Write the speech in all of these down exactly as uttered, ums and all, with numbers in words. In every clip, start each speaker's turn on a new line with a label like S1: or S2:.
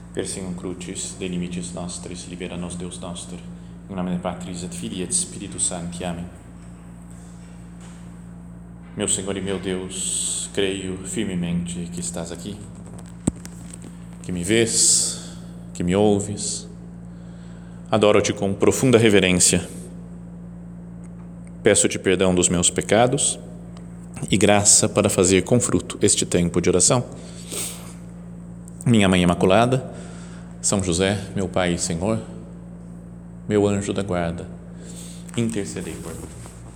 S1: Persignum crucis, de limites nostris, libera nos Deus noster. In nomine Patris et Filii et Spiritus Sancti. Amém. Meu Senhor e meu Deus, creio firmemente que estás aqui, que me vês, que me ouves. Adoro-te com profunda reverência. Peço-te perdão dos meus pecados e graça para fazer com fruto este tempo de oração. Minha Mãe Imaculada, São José, meu Pai e Senhor, meu anjo da guarda, intercedei por mim.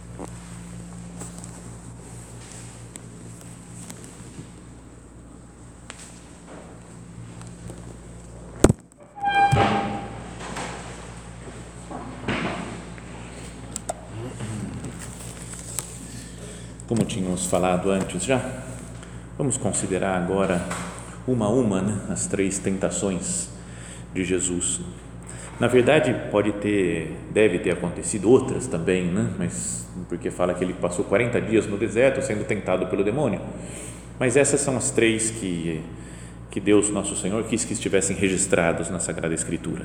S1: Como tínhamos falado antes já, vamos considerar agora uma a uma, né, as três tentações de Jesus. Na verdade, pode ter, deve ter acontecido outras também, né? Mas porque fala que ele passou quarenta dias no deserto sendo tentado pelo demônio. Mas essas são as três que, que Deus, nosso Senhor, quis que estivessem registrados na Sagrada Escritura.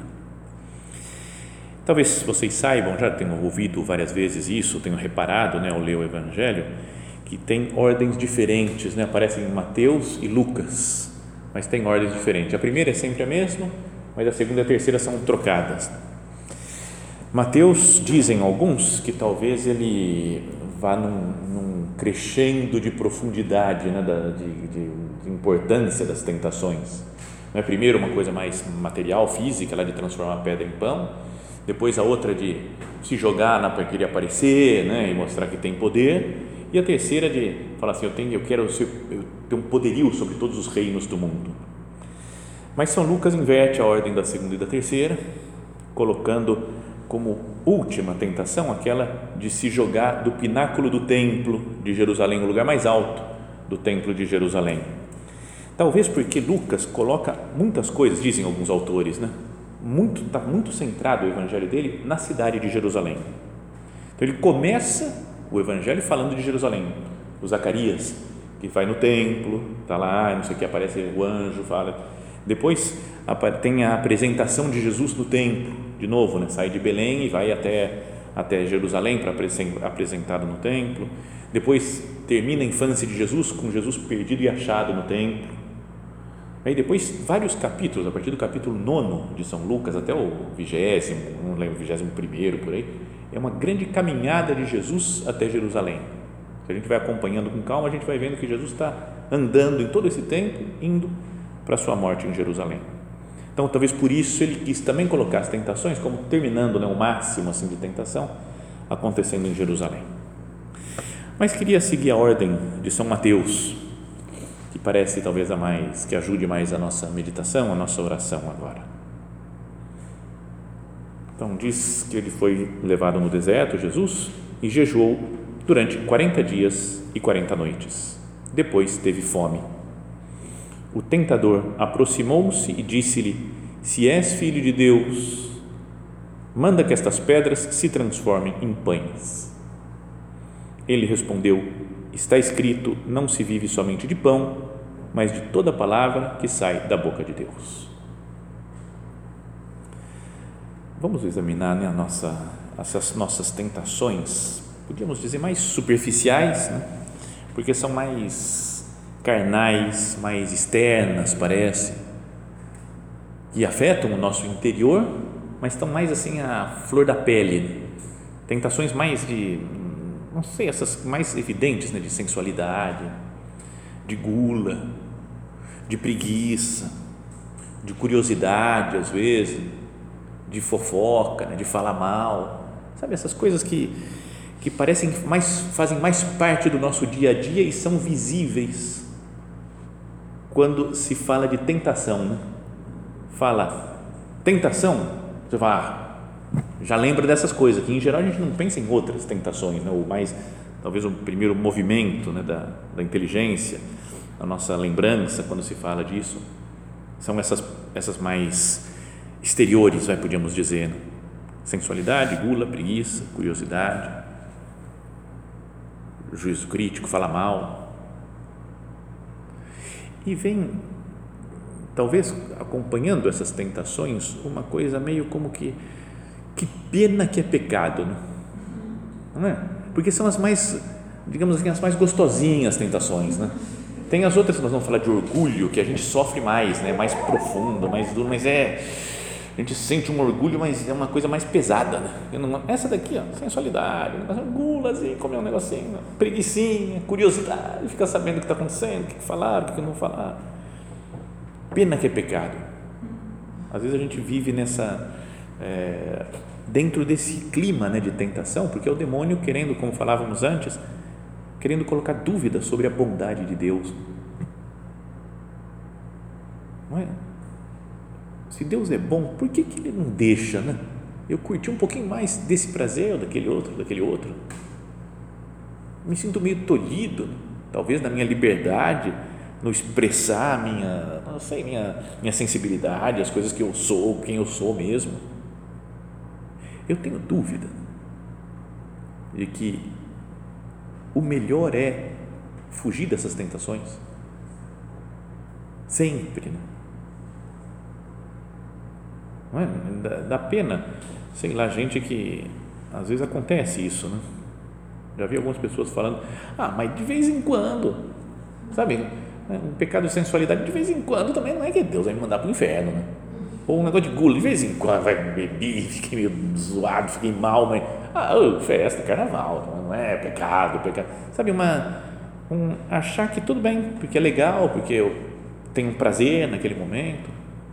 S1: Talvez vocês saibam, já tenham ouvido várias vezes isso, tenham reparado, né, ao ler o Evangelho, que tem ordens diferentes, né? Aparecem em Mateus e Lucas, mas tem ordens diferentes. A primeira é sempre a mesma, mas a segunda e a terceira são trocadas. Mateus, dizem alguns, que talvez ele vá num, num crescendo de profundidade, né? da, de, de, de importância das tentações. Não é primeiro uma coisa mais material, física, lá de transformar a pedra em pão, depois a outra de se jogar na para querer aparecer, né? E mostrar que tem poder, e a terceira de falar assim, eu tenho, eu quero ser, eu ter um poderio sobre todos os reinos do mundo. Mas São Lucas inverte a ordem da segunda e da terceira, colocando como última tentação aquela de se jogar do pináculo do templo de Jerusalém, o lugar mais alto do templo de Jerusalém. Talvez porque Lucas coloca muitas coisas, dizem alguns autores, né? Muito, está muito centrado o evangelho dele na cidade de Jerusalém. Então ele começa o evangelho falando de Jerusalém, o Zacarias, que vai no templo, está lá, não sei o que, aparece o anjo, fala. Depois tem a apresentação de Jesus no templo, de novo, né? Sai de Belém e vai até, até Jerusalém para apresentado no templo. Depois termina a infância de Jesus com Jesus perdido e achado no templo. Aí depois vários capítulos, a partir do capítulo nono de São Lucas até o vigésimo, não lembro, vigésimo primeiro por aí, é uma grande caminhada de Jesus até Jerusalém. Se a gente vai acompanhando com calma, a gente vai vendo que Jesus está andando em todo esse tempo, indo para a sua morte em Jerusalém. Então, talvez por isso ele quis também colocar as tentações como terminando, né, o máximo assim de tentação acontecendo em Jerusalém. Mas queria seguir a ordem de São Mateus, que parece talvez a mais, que ajude mais a nossa meditação, a nossa oração agora. Então, diz que ele foi levado no deserto, Jesus, e jejuou durante quarenta dias e quarenta noites. Depois teve fome. O tentador aproximou-se e disse-lhe, se és filho de Deus, manda que estas pedras se transformem em pães. Ele respondeu, está escrito, não se vive somente de pão, mas de toda palavra que sai da boca de Deus. Vamos examinar, né, a nossa, essas nossas tentações, podíamos dizer mais superficiais, né, porque são mais carnais, mais externas, parece, que afetam o nosso interior, mas estão mais assim à flor da pele, tentações mais de, não sei, essas mais evidentes, né, de sensualidade, de gula, de preguiça, de curiosidade às vezes, de fofoca, né, de falar mal, sabe, essas coisas que, que parecem mais, fazem mais parte do nosso dia a dia e são visíveis quando se fala de tentação, né? Fala tentação, você fala, ah, já lembra dessas coisas, que em geral a gente não pensa em outras tentações, né? Ou mais, talvez o primeiro movimento, né, da, da inteligência, a nossa lembrança quando se fala disso, são essas, essas mais exteriores, vai, podíamos dizer, né? Sensualidade, gula, preguiça, curiosidade, juízo crítico, fala mal. E vem talvez acompanhando essas tentações, uma coisa meio como que, que pena que é pecado, né? Não é? Porque são as mais, digamos assim, as mais gostosinhas tentações, né? Tem as outras que nós vamos falar de orgulho, que a gente sofre mais, né? Mais profundo, mais duro, mas é, a gente sente um orgulho, mas é uma coisa mais pesada, né? Não, essa daqui, ó, sensualidade, gula, assim, comer um negocinho, preguicinha, curiosidade, ficar sabendo o que está acontecendo, o que falaram, o que não falaram. Pena que é pecado. Às vezes a gente vive nessa, é, dentro desse clima, né, de tentação, porque é o demônio querendo, como falávamos antes, querendo colocar dúvidas sobre a bondade de Deus. Não é? Se Deus é bom, por que, que Ele não deixa, né? Eu curti um pouquinho mais desse prazer ou daquele outro, daquele outro. Me sinto meio tolhido, talvez na minha liberdade, no expressar minha, não sei, minha, minha sensibilidade, as coisas que eu sou, quem eu sou mesmo. Eu tenho dúvida de que o melhor é fugir dessas tentações, sempre, né? Não é? Dá, dá pena, sei lá, gente que às vezes acontece isso, né? Já vi algumas pessoas falando, ah, mas de vez em quando, sabe, um pecado de sensualidade de vez em quando também não é que Deus vai me mandar para o inferno, né? Ou um negócio de gula, de vez em quando vai beber, fiquei meio zoado, fiquei mal, mas ah, festa, carnaval, não é pecado, pecado, sabe, uma, um, achar que tudo bem, porque é legal, porque eu tenho prazer naquele momento.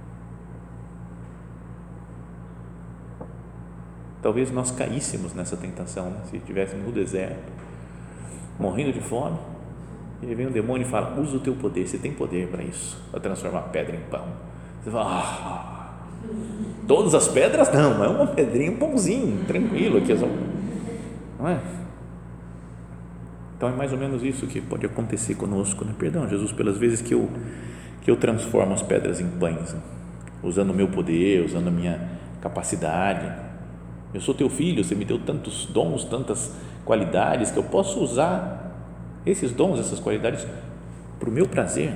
S1: Talvez nós caíssemos nessa tentação, né? Se estivéssemos no deserto, morrendo de fome, e aí vem o demônio e fala, usa o teu poder, você tem poder para isso, para transformar pedra em pão. Você fala, ah, todas as pedras não, é uma pedrinha, um pãozinho, tranquilo aqui, não é? Então é mais ou menos isso que pode acontecer conosco, né? Perdão, Jesus, pelas vezes que eu, que eu transformo as pedras em pães, né? Usando o meu poder, usando a minha capacidade. Eu sou teu filho, você me deu tantos dons, tantas qualidades, que eu posso usar esses dons, essas qualidades para o meu prazer.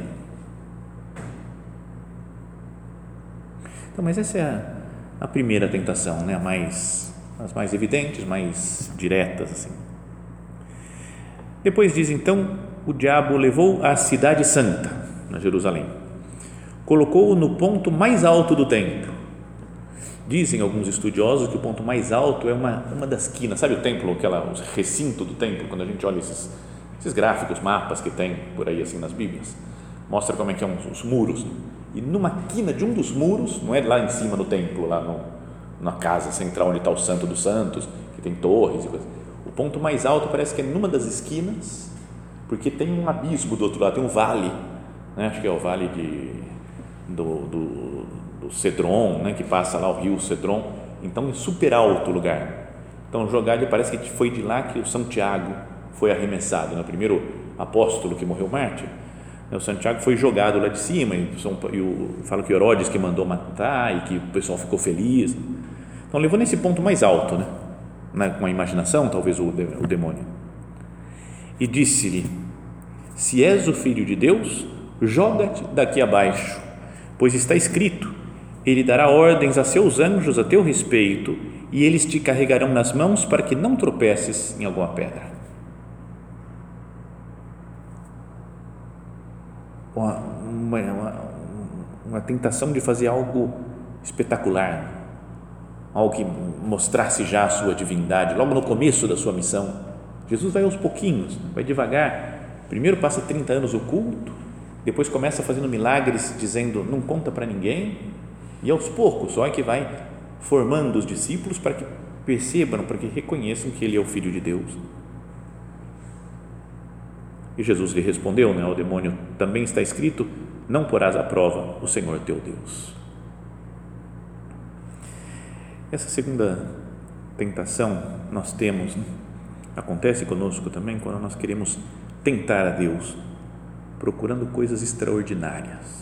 S1: Então, mas essa é a, a primeira tentação, né? a mais, as mais evidentes, mais diretas, assim. Depois diz, então, o diabo levou à cidade santa, na Jerusalém, colocou-o no ponto mais alto do templo. Dizem alguns estudiosos que o ponto mais alto é uma, uma das quinas, sabe o templo, aquela, o recinto do templo, quando a gente olha esses, esses gráficos, mapas que tem por aí assim nas Bíblias, mostra como é que são é os muros, né? E numa quina de um dos muros, não é lá em cima no templo, lá no, na casa central onde está o Santo dos Santos, que tem torres e coisas, o ponto mais alto parece que é numa das esquinas, porque tem um abismo do outro lado, tem um vale, né? Acho que é o vale de, do, do, do Cedron, né? Que passa lá o rio Cedron, então é super alto o lugar. Então jogado, parece que foi de lá que o São Tiago foi arremessado, né? O primeiro apóstolo que morreu mártir, o Santiago foi jogado lá de cima e, e o, fala que Herodes que mandou matar e que o pessoal ficou feliz. Então levou nesse ponto mais alto, né? Na, com a imaginação, talvez o, o demônio, e disse-lhe, se és o filho de Deus, joga-te daqui abaixo, pois está escrito, ele dará ordens a seus anjos a teu respeito e eles te carregarão nas mãos para que não tropeces em alguma pedra. Uma, uma, uma tentação de fazer algo espetacular, algo que mostrasse já a sua divindade, logo no começo da sua missão. Jesus vai aos pouquinhos, vai devagar, primeiro passa trinta anos oculto, depois começa fazendo milagres, dizendo, não conta para ninguém, e aos poucos, só é que vai formando os discípulos para que percebam, para que reconheçam que Ele é o Filho de Deus. E Jesus lhe respondeu, né, ao demônio, também está escrito, não porás à prova o Senhor teu Deus. Essa segunda tentação nós temos, né? Acontece conosco também quando nós queremos tentar a Deus, procurando coisas extraordinárias,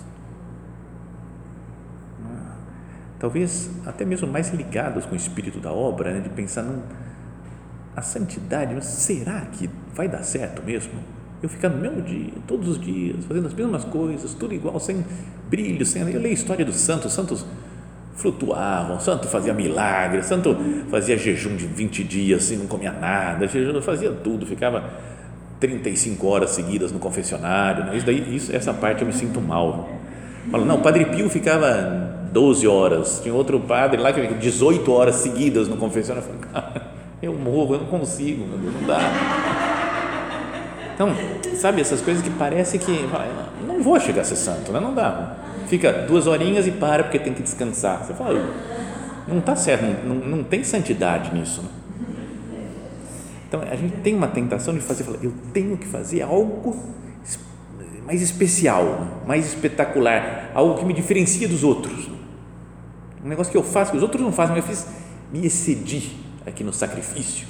S1: talvez até mesmo mais ligados com o espírito da obra, né? De pensar, não, a santidade, mas será que vai dar certo mesmo? eu ficar no mesmo dia, todos os dias, fazendo as mesmas coisas, tudo igual, sem brilho, sem... Eu leio a história dos santos, os santos flutuavam, o santo fazia milagre, o santo fazia jejum de vinte dias, assim, não comia nada, jejum, fazia tudo, ficava trinta e cinco horas seguidas no confessionário, né? Isso daí, isso, essa parte eu me sinto mal. Falo, não, o Padre Pio ficava doze horas, tinha outro padre lá que ficava dezoito horas seguidas no confessionário. Eu falo, cara, eu morro, eu não consigo, meu Deus, não dá. Então, sabe, essas coisas que parece que não vou chegar a ser santo, né? Não dá. Fica duas horinhas e para porque tem que descansar. Você fala, não está certo, não, não, não tem santidade nisso. Né? Então, a gente tem uma tentação de fazer, eu tenho que fazer algo mais especial, mais espetacular, algo que me diferencia dos outros. Um negócio que eu faço que os outros não fazem, mas eu fiz, me excedi aqui no sacrifício.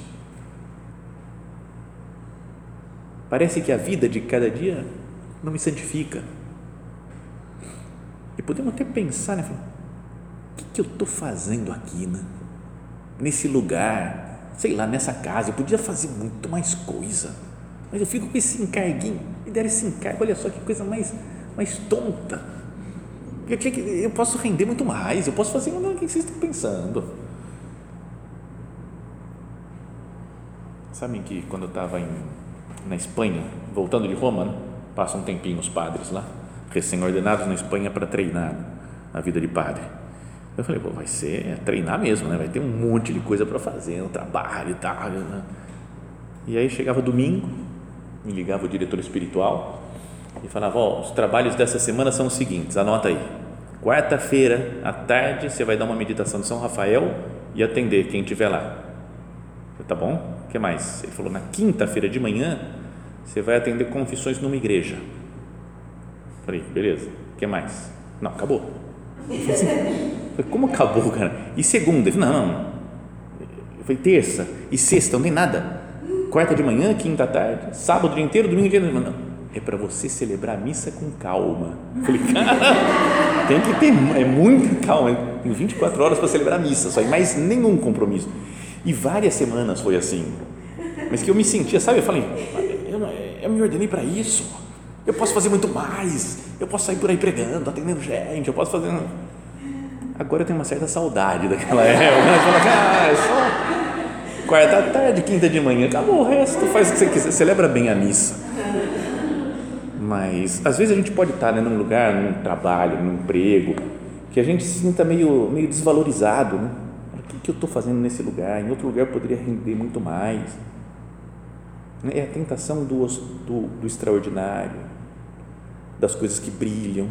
S1: Parece que a vida de cada dia não me santifica. E podemos até pensar, né? O que, que eu estou fazendo aqui, né? Nesse lugar, sei lá, nessa casa, eu podia fazer muito mais coisa, mas eu fico com esse encarguinho, me deram esse encargo, olha só que coisa mais, mais tonta. Eu, tinha que, eu posso render muito mais, eu posso fazer, o que vocês estão pensando? Sabem que quando eu estava na Espanha, voltando de Roma, né? Passa um tempinho os padres lá, recém-ordenados na Espanha para treinar a vida de padre. Eu falei, pô, vai ser treinar mesmo, né? Vai ter um monte de coisa para fazer, um trabalho e tal, né? E aí chegava domingo, me ligava o diretor espiritual e falava, ó, os trabalhos dessa semana são os seguintes, anota aí, quarta-feira à tarde você vai dar uma meditação de São Rafael e atender quem estiver lá. Eu, tá bom? O que mais? Ele falou, na quinta-feira de manhã você vai atender confissões numa igreja. Falei, beleza, o que mais? Não, acabou. Eu falei assim, como acabou, cara? E segunda? Ele falou, não, não. Eu falei, terça e sexta, não tem nada. Quarta de manhã, quinta à tarde, sábado o dia inteiro, domingo o dia inteiro. Não, é para você celebrar a missa com calma. Eu falei, cara, tem que ter, é muita calma. Tem vinte e quatro horas para celebrar a missa, só, e mais nenhum compromisso. E várias semanas foi assim. Mas que eu me sentia, sabe? Eu falei, eu, eu me ordenei para isso. Eu posso fazer muito mais. Eu posso sair por aí pregando, atendendo gente. Eu posso fazer. Agora eu tenho uma certa saudade daquela época. Eu falo, ah, é só quarta à tarde, quinta de manhã. Acabou o resto. Faz o que você quiser. Celebra bem a missa. Mas às vezes a gente pode estar, né, num lugar, num trabalho, num emprego, que a gente se sinta meio, meio desvalorizado. Né? O que, que eu estou fazendo nesse lugar? Em outro lugar eu poderia render muito mais. É a tentação do, do, do extraordinário, das coisas que brilham,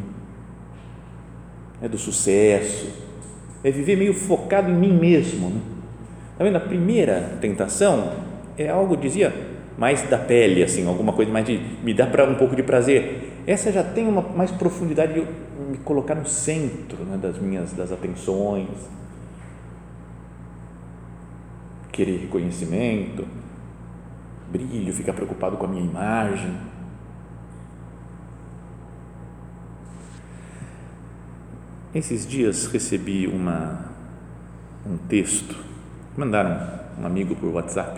S1: é do sucesso, é viver meio focado em mim mesmo. Né? Tá vendo? A primeira tentação é algo, dizia, mais da pele, assim, alguma coisa mais de me dá para um pouco de prazer. Essa já tem uma mais profundidade de me colocar no centro, né, das minhas das atenções, querer reconhecimento, brilho, ficar preocupado com a minha imagem. Esses dias recebi uma, um texto, mandaram um amigo por WhatsApp,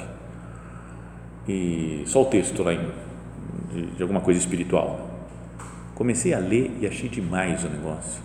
S1: e só o texto lá em, de, de alguma coisa espiritual. Comecei a ler e achei demais o negócio.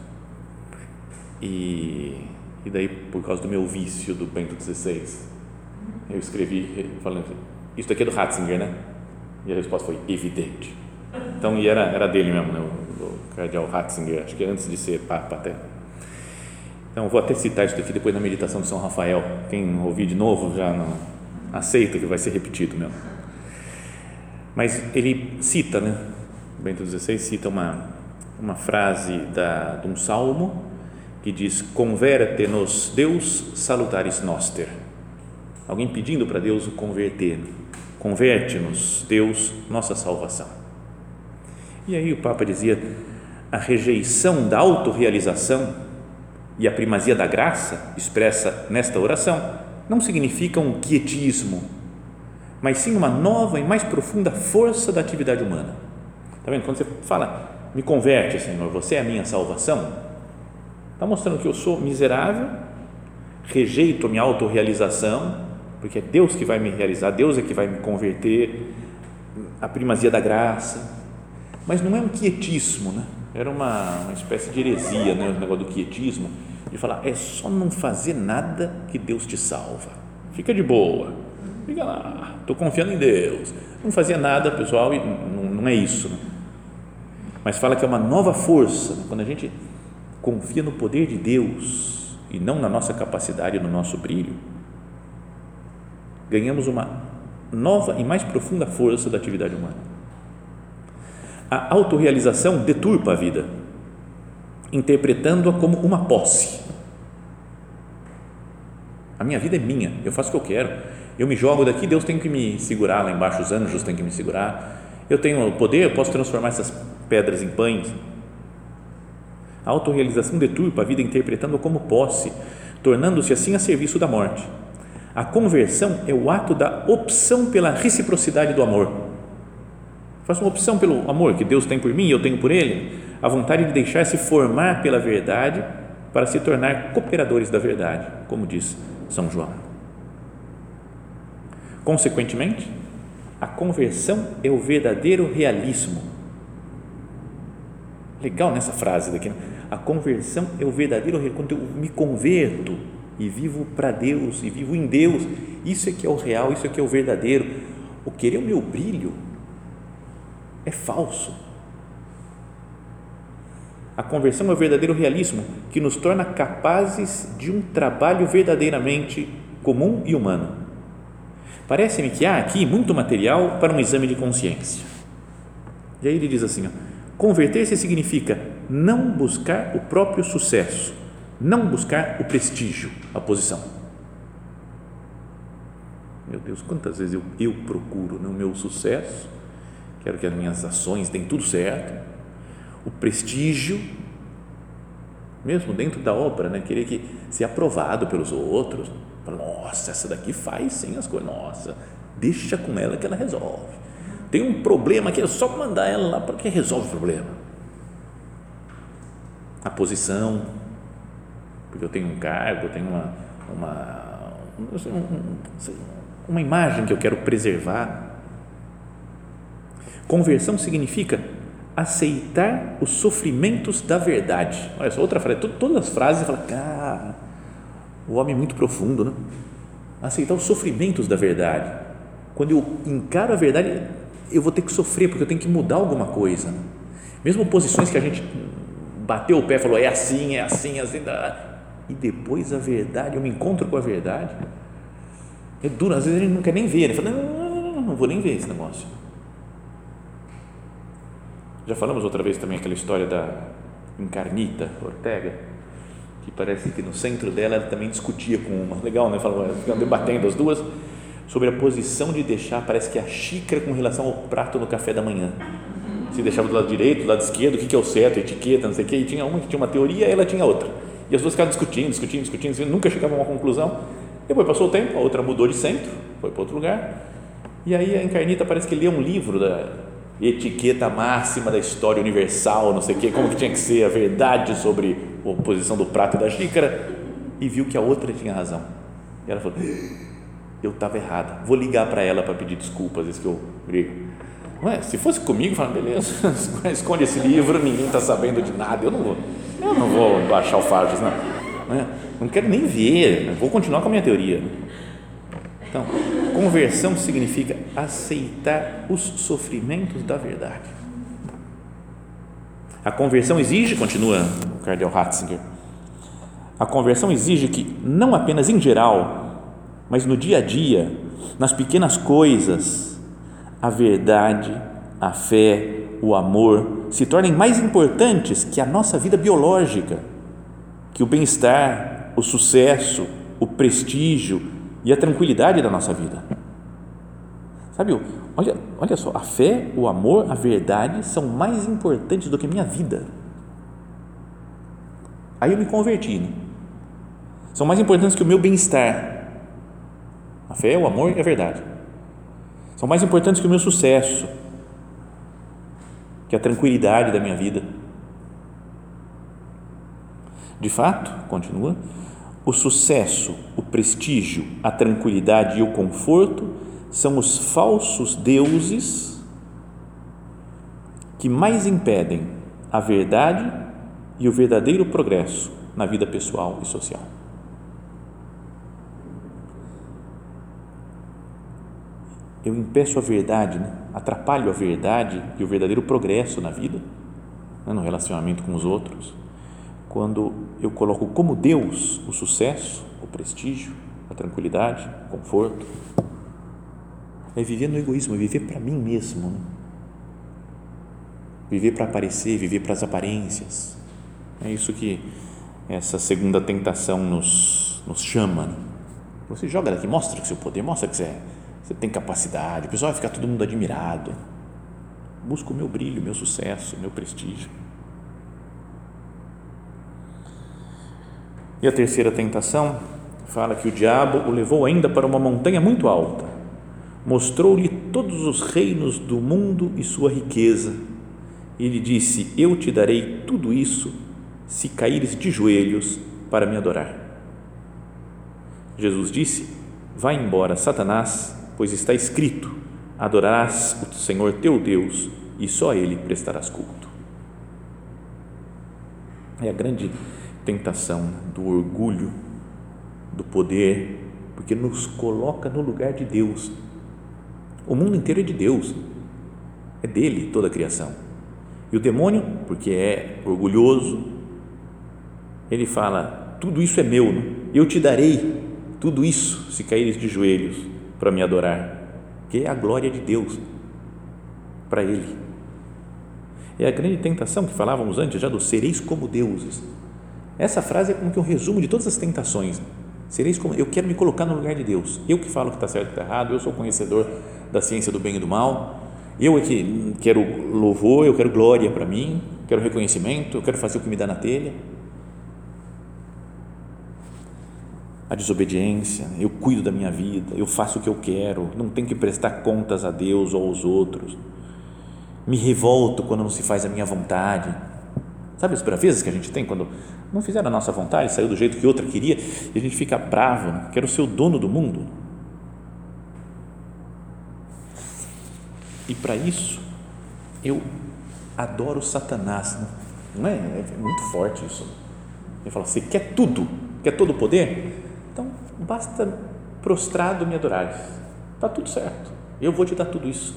S1: E, e daí, por causa do meu vício do Bento dezesseis, eu escrevi falando, isso aqui é do Ratzinger, né? E a resposta foi evidente. Então, e era, era dele mesmo, né? O, o cardeal Ratzinger, acho que antes de ser papa até. Então, vou até citar isso daqui depois na meditação de São Rafael. Quem ouvir de novo já não aceita que vai ser repetido mesmo. Mas ele cita, né? Bento dezesseis cita uma, uma frase da, de um salmo que diz: converte-nos Deus salutaris noster. Alguém pedindo para Deus o converter. Converte-nos Deus, nossa salvação. E aí o Papa dizia: a rejeição da autorrealização e a primazia da graça expressa nesta oração não significa um quietismo, mas sim uma nova e mais profunda força da atividade humana. Está vendo? Quando você fala, me converte, Senhor, você é a minha salvação, está mostrando que eu sou miserável, rejeito a minha autorrealização, porque é Deus que vai me realizar, Deus é que vai me converter, a primazia da graça, mas não é um quietismo, né? Era uma, uma espécie de heresia, né? O negócio do quietismo, de falar, é só não fazer nada que Deus te salva, fica de boa, fica lá, estou confiando em Deus, não fazia nada, pessoal, e não, não é isso, né? Mas fala que é uma nova força, né? Quando a gente confia no poder de Deus e não na nossa capacidade, no nosso brilho, ganhamos uma nova e mais profunda força da atividade humana. A autorrealização deturpa a vida, interpretando-a como uma posse. A minha vida é minha, eu faço o que eu quero, eu me jogo daqui, Deus tem que me segurar lá embaixo, os anjos têm que me segurar, eu tenho o poder, eu posso transformar essas pedras em pães. A autorrealização deturpa a vida, interpretando-a como posse, tornando-se assim a serviço da morte. A conversão é o ato da opção pela reciprocidade do amor. Faço uma opção pelo amor que Deus tem por mim e eu tenho por Ele, a vontade de deixar-se formar pela verdade para se tornar cooperadores da verdade, como diz São João. Consequentemente, a conversão é o verdadeiro realismo. Legal nessa frase daqui, né? A conversão é o verdadeiro realismo. Quando eu me converto e vivo para Deus e vivo em Deus, isso é que é o real, isso é que é o verdadeiro. O querer o meu brilho é falso. A conversão é o verdadeiro realismo que nos torna capazes de um trabalho verdadeiramente comum e humano. Parece-me que há aqui muito material para um exame de consciência. E aí ele diz assim, ó, converter-se significa não buscar o próprio sucesso, não buscar o prestígio, a posição. Meu Deus, quantas vezes eu, eu procuro no meu sucesso, quero que as minhas ações deem tudo certo, o prestígio, mesmo dentro da obra, né? Querer que ser aprovado pelos outros, nossa, essa daqui faz sim as coisas, nossa, deixa com ela que ela resolve, tem um problema que é só mandar ela lá porque resolve o problema. A posição, porque eu tenho um cargo, eu tenho uma, uma, uma imagem que eu quero preservar. Conversão significa aceitar os sofrimentos da verdade. Olha só, outra frase, todas as frases falam, cara, o homem é muito profundo, né? Aceitar os sofrimentos da verdade. Quando eu encaro a verdade, eu vou ter que sofrer, porque eu tenho que mudar alguma coisa, né? Mesmo posições que a gente bateu o pé e falou, é assim, é assim, é assim, e depois a verdade, eu me encontro com a verdade, é duro, às vezes a gente não quer nem ver, né? Fala, não, não, não, não, não vou nem ver esse negócio. Já falamos outra vez também aquela história da Encarnita Ortega, que parece que no centro dela ela também discutia com uma, legal, né? Falava, ficam debatendo as duas sobre a posição de deixar, parece que a xícara com relação ao prato no café da manhã, se deixava do lado direito, do lado esquerdo, o que é o certo, etiqueta, não sei o que, e tinha uma que tinha uma teoria, ela tinha outra, e as duas ficavam discutindo, discutindo, discutindo, nunca chegavam a uma conclusão. Depois passou o tempo, a outra mudou de centro, foi para outro lugar, e aí a Encarnita parece que leu um livro da etiqueta máxima da história universal, não sei o que, como que tinha que ser a verdade sobre a posição do prato e da xícara, e viu que a outra tinha razão, e ela falou, eu estava errada, vou ligar para ela para pedir desculpas, às vezes que eu brigo. Ué, se fosse comigo, fala, beleza, esconde esse livro, ninguém está sabendo de nada, eu não vou, eu não vou baixar o Fages, não, não, não quero nem ver, vou continuar com a minha teoria. Então, conversão significa aceitar os sofrimentos da verdade. A conversão exige, continua o cardeal Ratzinger, a conversão exige que, não apenas em geral, mas no dia a dia, nas pequenas coisas, a verdade, a fé, o amor se tornem mais importantes que a nossa vida biológica, que o bem-estar, o sucesso, o prestígio e a tranquilidade da nossa vida. Sabe, olha, olha só, a fé, o amor, a verdade são mais importantes do que a minha vida. Aí eu me converti, né? São mais importantes que o meu bem-estar. A fé, o amor e a verdade são mais importantes que o meu sucesso, que a tranquilidade da minha vida. De fato, continua, o sucesso, o prestígio, a tranquilidade e o conforto são os falsos deuses que mais impedem a verdade e o verdadeiro progresso na vida pessoal e social. Eu impeço a verdade, né? Atrapalho a verdade e o verdadeiro progresso na vida, né? No relacionamento com os outros, quando eu coloco como Deus o sucesso, o prestígio, a tranquilidade, o conforto. É viver no egoísmo, é viver para mim mesmo, né? Viver para aparecer, viver para as aparências. É isso que essa segunda tentação nos, nos chama, né? Você joga daqui, mostra o seu poder, mostra que você é Você tem capacidade, o pessoal vai ficar todo mundo admirado. Busca o meu brilho, o meu sucesso, o meu prestígio. E a terceira tentação fala que o diabo o levou ainda para uma montanha muito alta, mostrou-lhe todos os reinos do mundo e sua riqueza, e lhe disse: eu te darei tudo isso se caíres de joelhos para me adorar. Jesus disse: vai embora, Satanás, pois está escrito: adorarás o Senhor teu Deus e só a Ele prestarás culto. É a grande tentação do orgulho, do poder, porque nos coloca no lugar de Deus. O mundo inteiro é de Deus, é dele toda a criação. E o demônio, porque é orgulhoso, ele fala: tudo isso é meu, né? Eu te darei tudo isso se caíres de joelhos para me adorar, que é a glória de Deus para ele. É a grande tentação que falávamos antes já do sereis como deuses. Essa frase é como que um resumo de todas as tentações. Sereis como, eu quero me colocar no lugar de Deus, eu que falo que está certo e está errado, eu sou conhecedor da ciência do bem e do mal, eu é que quero louvor, eu quero glória para mim, quero reconhecimento, eu quero fazer o que me dá na telha. A desobediência, eu cuido da minha vida, eu faço o que eu quero, não tenho que prestar contas a Deus ou aos outros, me revolto quando não se faz a minha vontade. Sabe as bravezas que a gente tem quando não fizeram a nossa vontade, saiu do jeito que outra queria e a gente fica bravo, né? Quero ser o dono do mundo. E para isso eu adoro Satanás, né? Não é? É muito forte isso. Ele fala: você quer tudo, quer todo o poder? Então basta prostrado me adorares, está tudo certo, eu vou te dar tudo isso.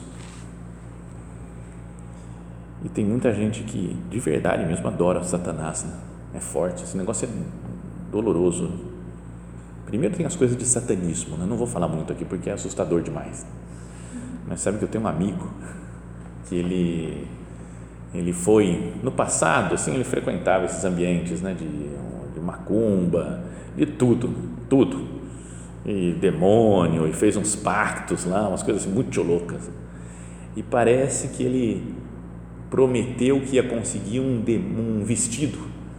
S1: E tem muita gente que de verdade mesmo adora Satanás, né? É forte, esse negócio é doloroso. Primeiro tem as coisas de satanismo, né? Não vou falar muito aqui porque é assustador demais, mas sabe que eu tenho um amigo que ele ele foi no passado, assim, ele frequentava esses ambientes, né, de, de macumba, de tudo, tudo, e demônio, e fez uns pactos lá, umas coisas assim muito loucas, e parece que ele prometeu que ia conseguir um, de, um vestido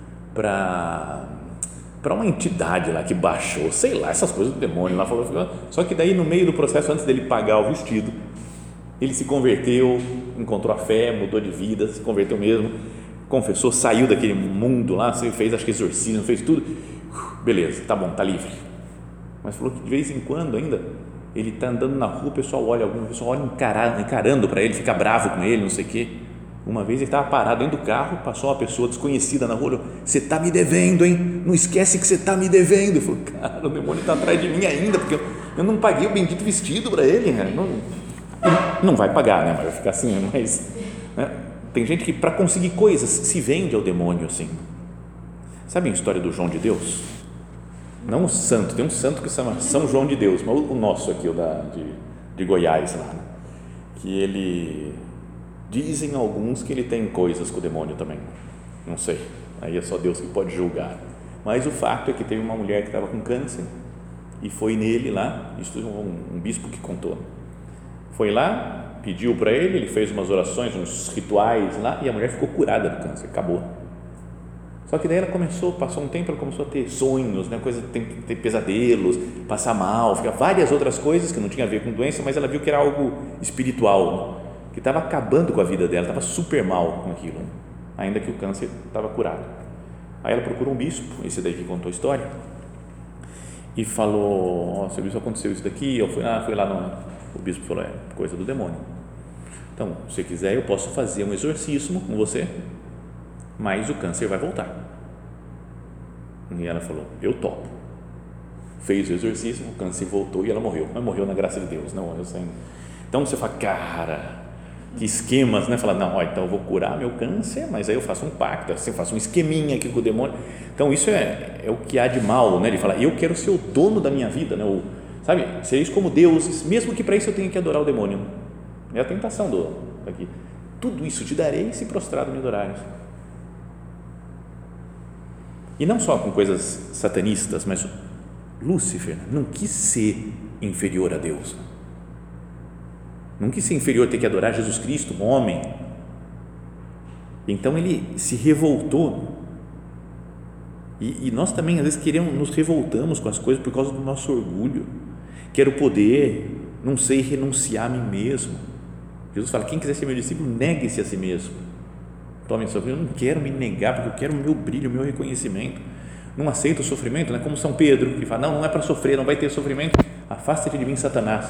S1: para para uma entidade lá que baixou, sei lá, essas coisas do demônio lá, falou, só que daí no meio do processo, antes dele pagar o vestido, ele se converteu, encontrou a fé, mudou de vida, se converteu mesmo, confessou, saiu daquele mundo lá, fez acho que exorcismo, fez tudo, beleza, tá bom, tá livre. Mas falou que de vez em quando ainda ele está andando na rua, o pessoal olha, algum pessoal olha encarando, encarando para ele, fica bravo com ele, não sei o quê. Uma vez ele estava parado dentro do carro, passou uma pessoa desconhecida na rua, falou: você está me devendo, hein? Não esquece que você está me devendo. Eu falei: cara, o demônio está atrás de mim ainda, porque eu, eu não paguei o bendito vestido para ele, né? Não, não vai pagar, né? Mas vai ficar assim, mas, né? Tem gente que para conseguir coisas se vende ao demônio assim. Sabe a história do João de Deus? Não o santo, tem um santo que se chama São João de Deus, mas o nosso aqui, o da, de, de Goiás lá, né? Que ele, dizem alguns que ele tem coisas com o demônio também, não sei, aí é só Deus que pode julgar, mas o fato é que teve uma mulher que estava com câncer e foi nele lá, isso é um, um bispo que contou, foi lá, pediu para ele, ele fez umas orações, uns rituais lá e a mulher ficou curada do câncer, acabou. Só que daí ela começou, passou um tempo, ela começou a ter sonhos, né, coisa, ter, ter pesadelos, passar mal, ficar várias outras coisas que não tinha a ver com doença, mas ela viu que era algo espiritual, né, que estava acabando com a vida dela, estava super mal com aquilo, ainda que o câncer estava curado. Aí ela procurou um bispo, esse daí que contou a história, e falou: ó, oh, seu bispo, aconteceu isso daqui, eu fui, ah, fui lá, no, o bispo falou: é coisa do demônio, Então, se quiser, eu posso fazer um exorcismo com você, mas o câncer vai voltar. E ela falou, eu topo. Fez o exorcismo, o câncer voltou e ela morreu, mas morreu na graça de Deus, não morreu sem. Então você fala, cara, que esquemas, né? Fala, não, ó, então eu vou curar meu câncer, mas aí eu faço um pacto, assim, eu faço um esqueminha aqui com o demônio. Então isso é, é o que há de mal, né? Ele fala, eu quero ser o dono da minha vida, né? O, sabe, sereis como deuses, mesmo que para isso eu tenha que adorar o demônio. É a tentação do aqui. Tudo isso te darei se prostrado me adorares. E não só com coisas satanistas, mas Lúcifer não quis ser inferior a Deus. Não quis ser inferior, ter que adorar Jesus Cristo, um homem. Então ele se revoltou. E, e nós também às vezes queremos, nos revoltamos com as coisas por causa do nosso orgulho. Quero poder, não sei renunciar a mim mesmo. Jesus fala, quem quiser ser meu discípulo, negue-se a si mesmo. Tome sua vida, eu não quero me negar, porque eu quero o meu brilho, o meu reconhecimento. Não aceito o sofrimento, né? Como São Pedro, que fala, não, não é para sofrer, não vai ter sofrimento. Afasta-te de mim, Satanás.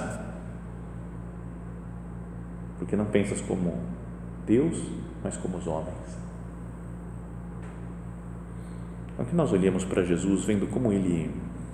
S1: Porque não pensas como Deus, mas como os homens. Então, que nós olhemos para Jesus, vendo como ele,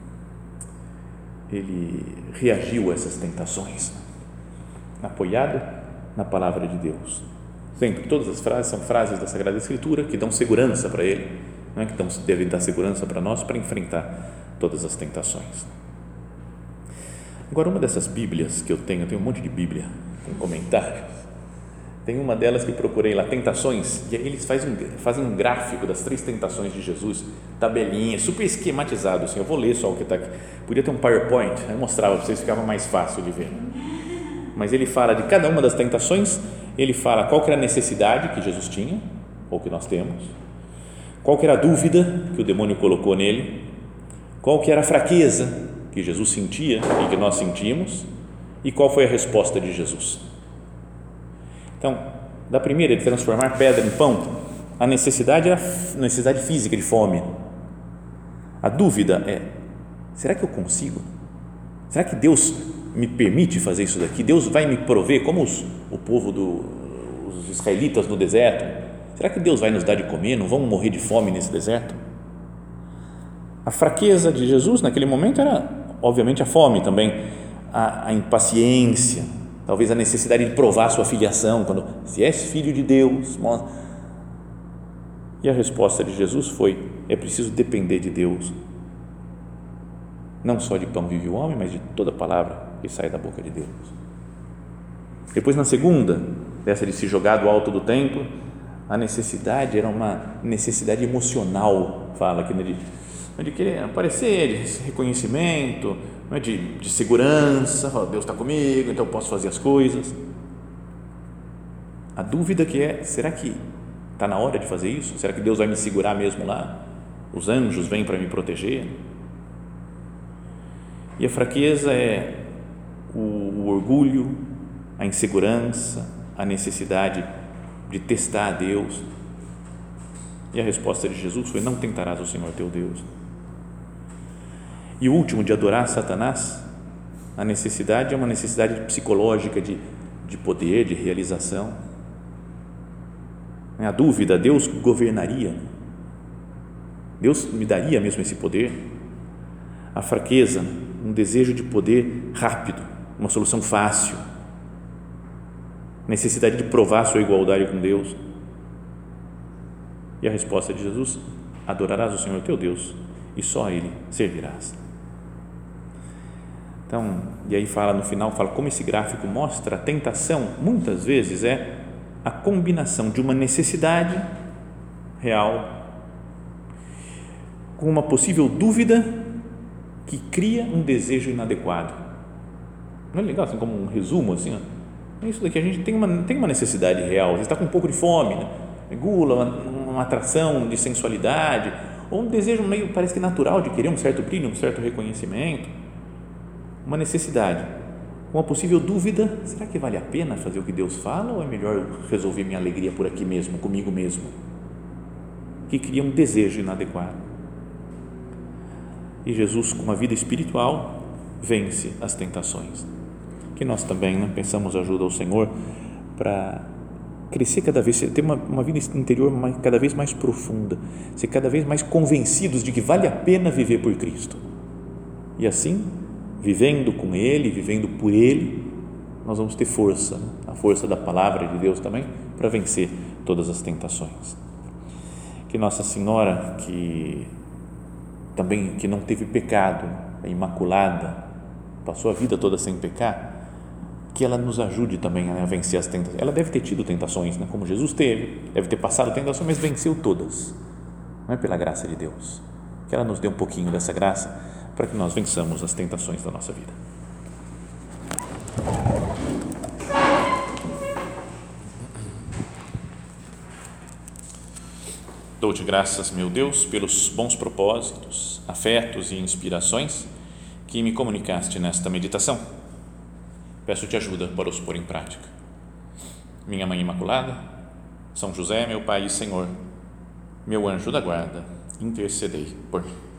S1: ele reagiu a essas tentações, apoiado na palavra de Deus. Sempre, todas as frases são frases da Sagrada Escritura que dão segurança para ele, não é? Que dão, devem dar segurança para nós para enfrentar todas as tentações. Agora, uma dessas Bíblias que eu tenho, eu tenho um monte de Bíblia com comentários, tem uma delas que procurei lá, Tentações, e aí eles fazem um, fazem um gráfico das três tentações de Jesus, tabelinha, super esquematizado, assim, eu vou ler só o que está aqui, podia ter um PowerPoint, eu mostrava para vocês, ficava mais fácil de ver, mas ele fala de cada uma das tentações, ele fala qual que era a necessidade que Jesus tinha, ou que nós temos, qual que era a dúvida que o demônio colocou nele, qual que era a fraqueza que Jesus sentia e que nós sentimos, e qual foi a resposta de Jesus. Então, da primeira, de transformar pedra em pão, a necessidade era a necessidade física de fome. A dúvida é, será que eu consigo? Será que Deus me permite fazer isso daqui? Deus vai me prover, como os, o povo do, os israelitas no deserto? Será que Deus vai nos dar de comer? Não vamos morrer de fome nesse deserto? A fraqueza de Jesus naquele momento era, obviamente, a fome também, a, a impaciência, talvez a necessidade de provar sua filiação, quando, se és filho de Deus, mostra. E a resposta de Jesus foi, é preciso depender de Deus, não só de pão vive o homem, mas de toda palavra que sai da boca de Deus. Depois, na segunda, dessa de se jogar do alto do templo, a necessidade era uma necessidade emocional, fala aqui, de, de querer aparecer, de reconhecimento, de, de segurança, fala, Deus está comigo, então eu posso fazer as coisas. A dúvida que é, será que está na hora de fazer isso? Será que Deus vai me segurar mesmo lá? Os anjos vêm para me proteger? E a fraqueza é o, o orgulho, a insegurança, a necessidade de testar a Deus. E a resposta de Jesus foi, não tentarás o Senhor teu Deus. E o último, de adorar Satanás, a necessidade é uma necessidade psicológica de, de poder, de realização. A dúvida, Deus governaria? Deus me daria mesmo esse poder? A fraqueza, um desejo de poder rápido, uma solução fácil, necessidade de provar sua igualdade com Deus. E a resposta de Jesus, adorarás o Senhor teu Deus e só a Ele servirás. Então, e aí fala no final, fala como esse gráfico mostra a tentação, muitas vezes é a combinação de uma necessidade real com uma possível dúvida que cria um desejo inadequado. Não é legal, assim, como um resumo, assim, ó, isso daqui, a gente tem uma, tem uma necessidade real, você está com um pouco de fome, né? Gula, uma, uma atração de sensualidade, ou um desejo meio, parece que natural, de querer um certo brilho, um certo reconhecimento, uma necessidade, uma possível dúvida, será que vale a pena fazer o que Deus fala, ou é melhor resolver minha alegria por aqui mesmo, comigo mesmo, que cria um desejo inadequado. E Jesus, com uma vida espiritual, vence as tentações. Que nós também, né, pensamos ajuda ao Senhor para crescer cada vez, ter uma, uma vida interior mais, cada vez mais profunda, ser cada vez mais convencidos de que vale a pena viver por Cristo. E assim, vivendo com Ele, vivendo por Ele, nós vamos ter força, né? A força da palavra de Deus também, para vencer todas as tentações. Que Nossa Senhora, que também que não teve pecado, é imaculada, passou a vida toda sem pecar, que ela nos ajude também a vencer as tentações. Ela deve ter tido tentações, né? Como Jesus teve, deve ter passado tentações, mas venceu todas, não é, pela graça de Deus. Que ela nos dê um pouquinho dessa graça para que nós vençamos as tentações da nossa vida. Dou-te graças, meu Deus, pelos bons propósitos, afetos e inspirações que me comunicaste nesta meditação. Peço-te ajuda para os pôr em prática. Minha Mãe Imaculada, São José, meu Pai e Senhor, meu anjo da guarda, intercedei por mim.